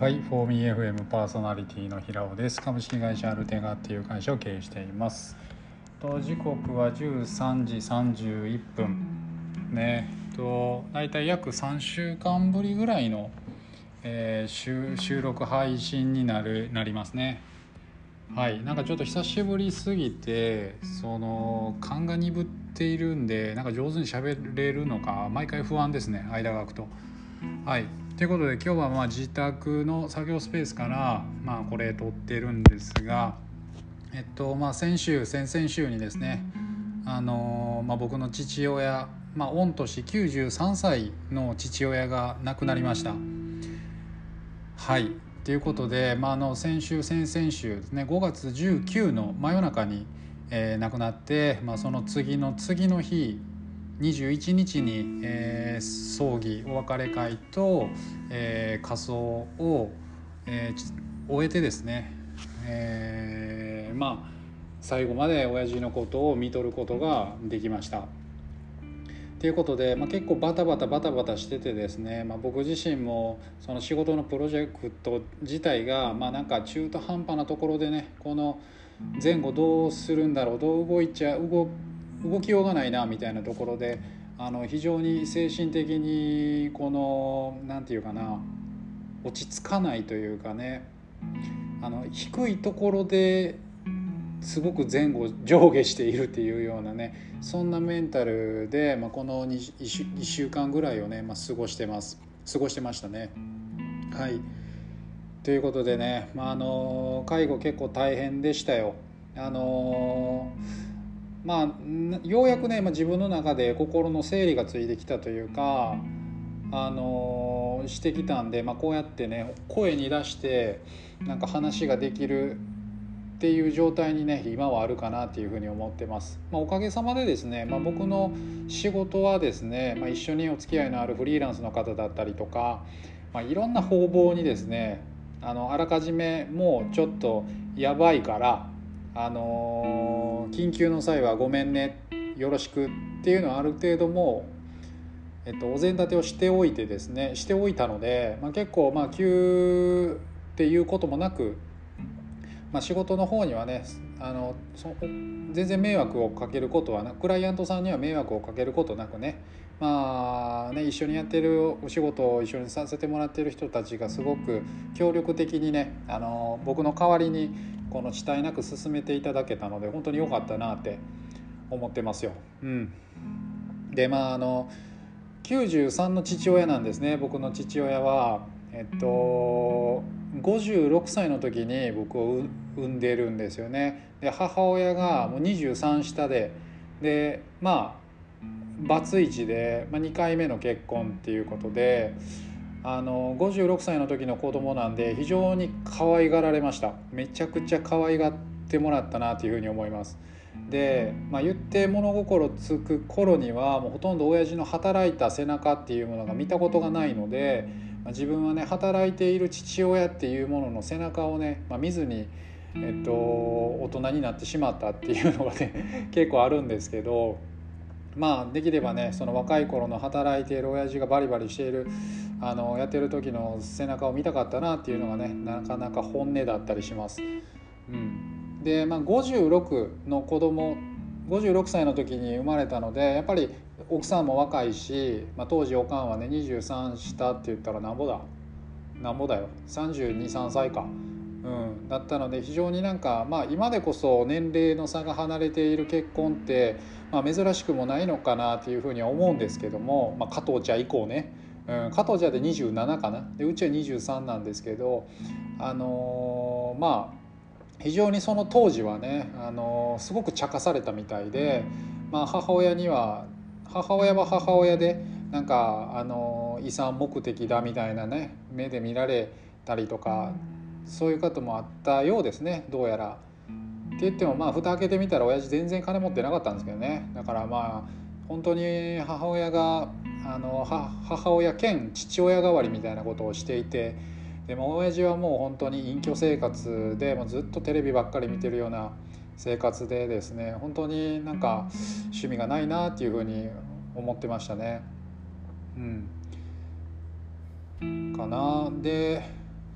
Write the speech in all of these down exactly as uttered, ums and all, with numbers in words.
はい、フォーミーエフエム パーソナリティの平尾です。株式会社アルテガっていう会社を経営しています。と時刻はじゅうさんじさんじゅういっぷんね。とだいたい約さんしゅうかんぶりぐらいの、えー、収, 収録配信になるなりますね。はい、なんかちょっと久しぶりすぎてその勘が鈍っているんで、なんか上手に喋れるのか毎回不安ですね、間が空くと。はい、ということで今日はまあ自宅の作業スペースからまあこれ撮ってるんですが、えっとまあ先週先々週にですね、あのまあ、僕の父親、まあ、御年きゅうじゅうさんさいの父親が亡くなりました。はいということで、まあ、あの先週先々週ですね、ごがつじゅうくにちの真夜中に、えー、亡くなって、まあ、その次の次の日にじゅういちにちに、えー、葬儀お別れ会と、えー、火葬を、えー、終えてですね、えー、まあ最後まで親父のことを見とることができました。ということで、まあ、結構バタバタバタバタしててですね、まあ、僕自身もその仕事のプロジェクト自体がまあなんか中途半端なところでね、この前後どうするんだろう、どう動いちゃ動動きようがないなみたいなところで、あの非常に精神的にこのなんていうかな、落ち着かないというかね、あの低いところですごく前後上下しているっていうようなね、そんなメンタルで、まあ、この 2, 1週間ぐらいをね、まあ、過ごしてます過ごしてましたね。はいということでね、まあ、あの介護結構大変でしたよ。あのまあようやくね、まあ、自分の中で心の整理がついてきたというか、あのしてきたんで、まあ、こうやってね声に出してなんか話ができるっていう状態にね今はあるかなっていうふうに思ってます。まあ、おかげさまでですね、まあ、僕の仕事はですね、まあ、一緒にお付き合いのあるフリーランスの方だったりとか、まあ、いろんな方々にですね、あのあらかじめもうちょっとやばいから、あのー緊急の際はごめんねよろしくっていうのはある程度もう、えっと、お膳立てをしておいてですねしておいたので、まあ、結構まあ急っていうこともなく、まあ、仕事の方にはね、あのそ全然迷惑をかけることはなく、クライアントさんには迷惑をかけることなくね、まあね、一緒にやってるお仕事を一緒にさせてもらっている人たちがすごく協力的にね、あの僕の代わりにこの遅滞なく進めていただけたので本当に良かったなって思ってますよ。うん、でまああのきゅうじゅうさんの父親なんですね。僕の父親はえっとごじゅうろくさいの時に僕を産んでるんですよね。で母親がもうにじゅうさん下で、でまあバツイチで、まあ、にかいめの結婚っていうことで、あのごじゅうろくさいの時の子供なんで非常に可愛がられました。めちゃくちゃ可愛がってもらったなというふうに思います。で、まあ、言って物心つく頃にはもうほとんど親父の働いた背中っていうものが見たことがないので、まあ、自分はね働いている父親っていうものの背中をね、まあ、見ずに、えっと、大人になってしまったっていうのがね結構あるんですけど、まあできればねその若い頃の働いている親父がバリバリしているあのやってる時の背中を見たかったなっていうのがねなかなか本音だったりします。うんで、まあ、ごじゅうろくの子供ごじゅうろくさいの時に生まれたので、やっぱり奥さんも若いし、まあ、当時おかんはねにじゅうさん下って言ったらなんぼだなんぼだよさんじゅうに、さんさいか、うん、だったので非常になんか、まあ、今でこそ年齢の差が離れている結婚って、まあ、珍しくもないのかなというふうには思うんですけども、まあ、加藤茶以降ね、うん、加藤茶でにじゅうななかな、でうちはにじゅうさんなんですけど、あのー、まあ非常にその当時はね、あのすごく茶化されたみたいで、まあ、母親には母親は母親でなんかあの遺産目的だみたいなね目で見られたりとか、そういうこともあったようですね、どうやら。って言ってもまあ蓋開けてみたら親父全然金持ってなかったんですけどね。だからまあ本当に母親があの母親兼父親代わりみたいなことをしていて、でも親父はもう本当に隠居生活でもうずっとテレビばっかり見てるような生活でですね、本当になんか趣味がないなっていうふうに思ってましたね。うんかな。で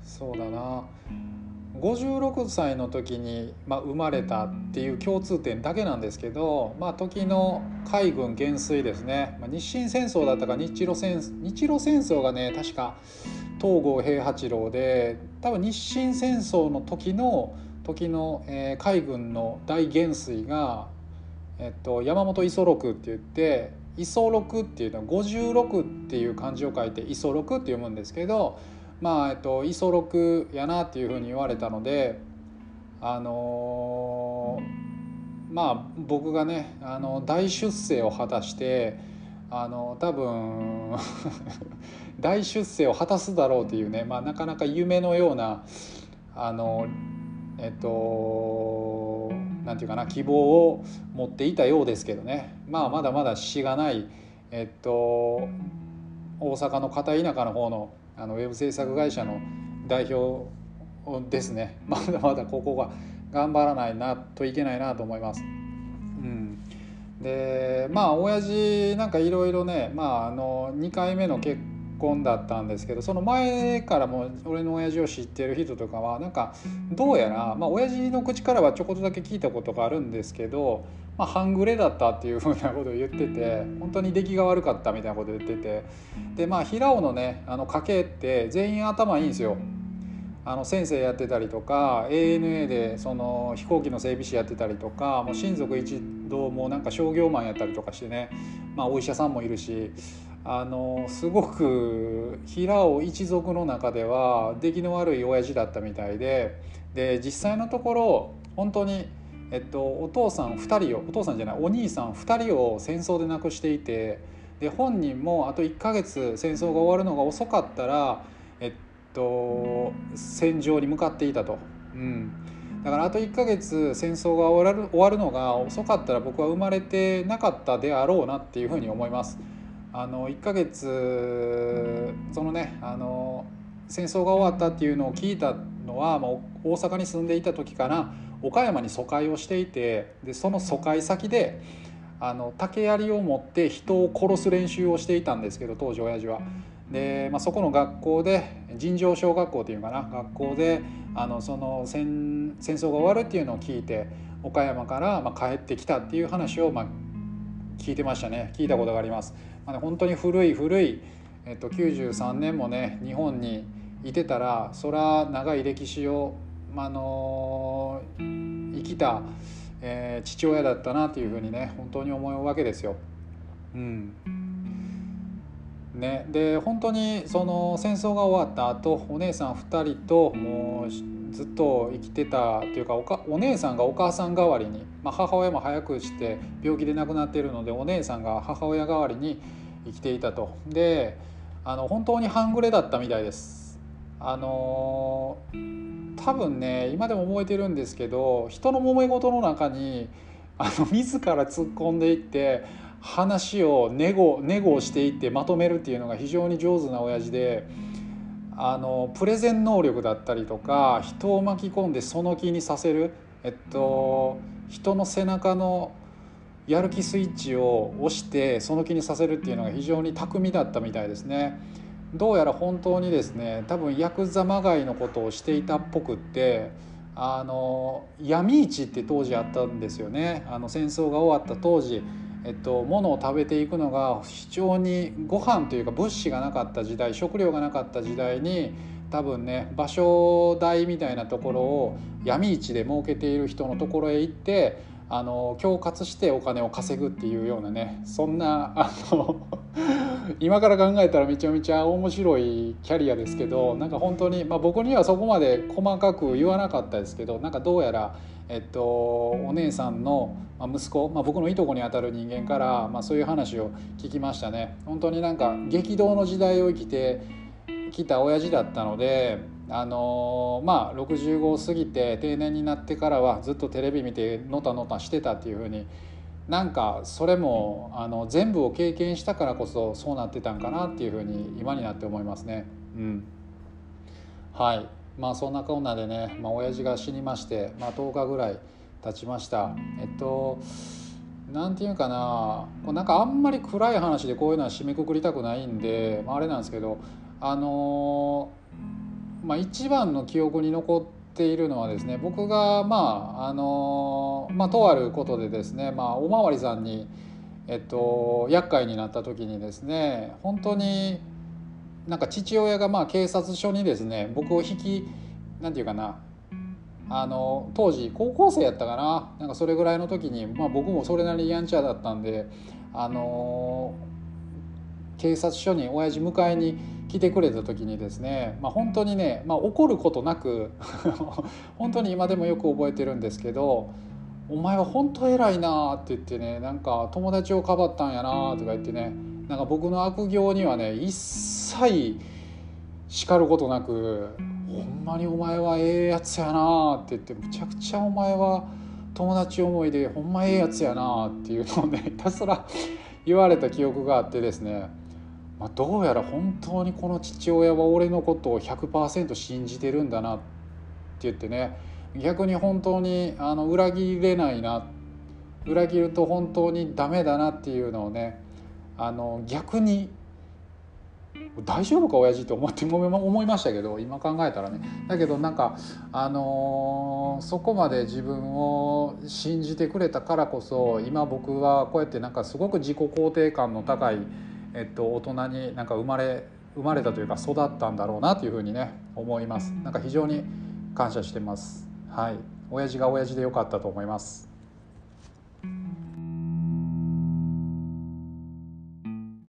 そうだな、ごじゅうろくさいの時に、まあ、生まれたっていう共通点だけなんですけど、まあ、時の海軍元帥ですね、まあ、日清戦争だったか日露戦日露戦争がね確か東郷平八郎で、多分日清戦争の時の時の、えー海軍の大元帥が、えっと、山本五十六って言って、五十六っていうのはごじゅうろくっていう漢字を書いて五十六って読むんですけど、まあえっと五十六やなっていうふうに言われたので、あのーまあ僕がねあの大出世を果たして、あの多分大出世を果たすだろうっていうね、まあ、なかなか夢のようなあのえっとなんていうかな希望を持っていたようですけどね、まあまだまだしがない、えっと大阪の片田舎の方のあのウェブ制作会社の代表ですね。まだまだここが頑張らないなといけないなと思います。うん、でまあ親父なんかいろいろね、まあ、あのにかいめの結婚だったんですけど、その前からも俺の親父を知ってる人とかはなんかどうやら、まあ親父の口からはちょこっとだけ聞いたことがあるんですけど、まあ、半グレだったっていうふうなことを言ってて、本当に出来が悪かったみたいなことを言ってて、でまあ平尾のねあの家系って全員頭いいんですよ。あの先生やってたりとか エーエヌエー でその飛行機の整備士やってたりとか、もう親族一同もなんか商業マンやったりとかしてね、まあ、お医者さんもいるし、あのすごく平尾一族の中では出来の悪い親父だったみたいで、で実際のところ本当に、えっと、お父さんふたりをお父さんじゃないお兄さんふたりを戦争で亡くしていて、で本人もあといっかげつ戦争が終わるのが遅かったら、えっと、戦場に向かっていたと、うん、だからあといっかげつ戦争が終わる、終わるのが遅かったら僕は生まれてなかったであろうなっていうふうに思います。あのいっかげつそのねあの戦争が終わったっていうのを聞いたのは、まあ、大阪に住んでいた時から岡山に疎開をしていて、でその疎開先であの竹槍を持って人を殺す練習をしていたんですけど、当時親父は。で、まあ、そこの学校で尋常小学校っていうかな、学校であのその 戦, 戦争が終わるっていうのを聞いて岡山からまあ帰ってきたっていう話をまあ聞いてましたね。聞いたことがあります。まあね、本当に古い古い、えっと、きゅうじゅうさんねんもね日本にいてたら、そら長い歴史を、まああの生きた、えー、父親だったなというふうにね本当に思うわけですよ。うんね、で本当にその戦争が終わった後お姉さんふたりともうずっと生きてたというか、おかお姉さんがお母さん代わりに、まあ、母親も早くして病気で亡くなっているのでお姉さんが母親代わりに生きていたと。であの本当に半グレだったみたいです。あの多分ね今でも覚えてるんですけど、人の揉め事の中にあの自ら突っ込んでいって話をネゴネゴをしていってまとめるっていうのが非常に上手な親父で、あのプレゼン能力だったりとか人を巻き込んでその気にさせる、えっと人の背中のやる気スイッチを押してその気にさせるっていうのが非常に巧みだったみたいですね。どうやら本当にですね多分ヤクザまがいのことをしていたっぽくって、あの闇市って当時あったんですよね。あの戦争が終わった当時、えっと、物を食べていくのが非常にご飯というか物資がなかった時代、食料がなかった時代に多分ね場所代みたいなところを闇市で儲けている人のところへ行ってあの恐喝してお金を稼ぐっていうようなね、そんなあの今から考えたらめちゃめちゃ面白いキャリアですけど、なんか本当に、まあ、僕にはそこまで細かく言わなかったですけど、なんかどうやら、えっと、お姉さんの息子、まあ、僕のいとこにあたる人間から、まあ、そういう話を聞きましたね。本当になんか激動の時代を生きてきた親父だったので、あのー、まあろくじゅうごを過ぎて定年になってからはずっとテレビ見てのたのたしてたっていう風に、なんかそれもあの全部を経験したからこそそうなってたんかなっていう風に今になって思いますね。うん、はい。まあそんなこんなでね、まあ、親父が死にまして、まあ、とおかぐらい経ちました。えっとなんていうかな、こうなんかあんまり暗い話でこういうのは締めくくりたくないんで、まあ、あれなんですけど、あのまあ、一番の記憶に残っているのはですね、僕がまああのまあとあることでですね、まあ、おまわりさんにえっと厄介になった時にですね、本当になんか父親がまあ警察署にですね僕を引きなんていうかな、あの当時高校生やったかな、なんかそれぐらいの時に、まあ、僕もそれなりにやんちゃだったんで、あの警察署に親父迎えに来てくれた時にですね、まあ、本当にね、まあ、怒ることなく本当に今でもよく覚えてるんですけど、お前は本当偉いなって言ってね、なんか友達をかばったんやなとか言ってね、なんか僕の悪行にはね一切叱ることなく、ほんまにお前はええやつやなって言って、むちゃくちゃお前は友達思いでほんまええやつやなっていうのをねひたすら言われた記憶があってですね、まあ、どうやら本当にこの父親は俺のことを ひゃくパーセント 信じてるんだなって言ってね、逆に本当にあの裏切れないな、裏切ると本当にダメだなっていうのをね、あの逆に大丈夫か親父って思って思いましたけど、今考えたらね、だけどなんかあのーそこまで自分を信じてくれたからこそ、今僕はこうやってなんかすごく自己肯定感の高い、えっと、大人になんか生まれ生まれたというか育ったんだろうなというふうにね思います。なんか非常に感謝してます。はい、親父が親父でよかったと思います。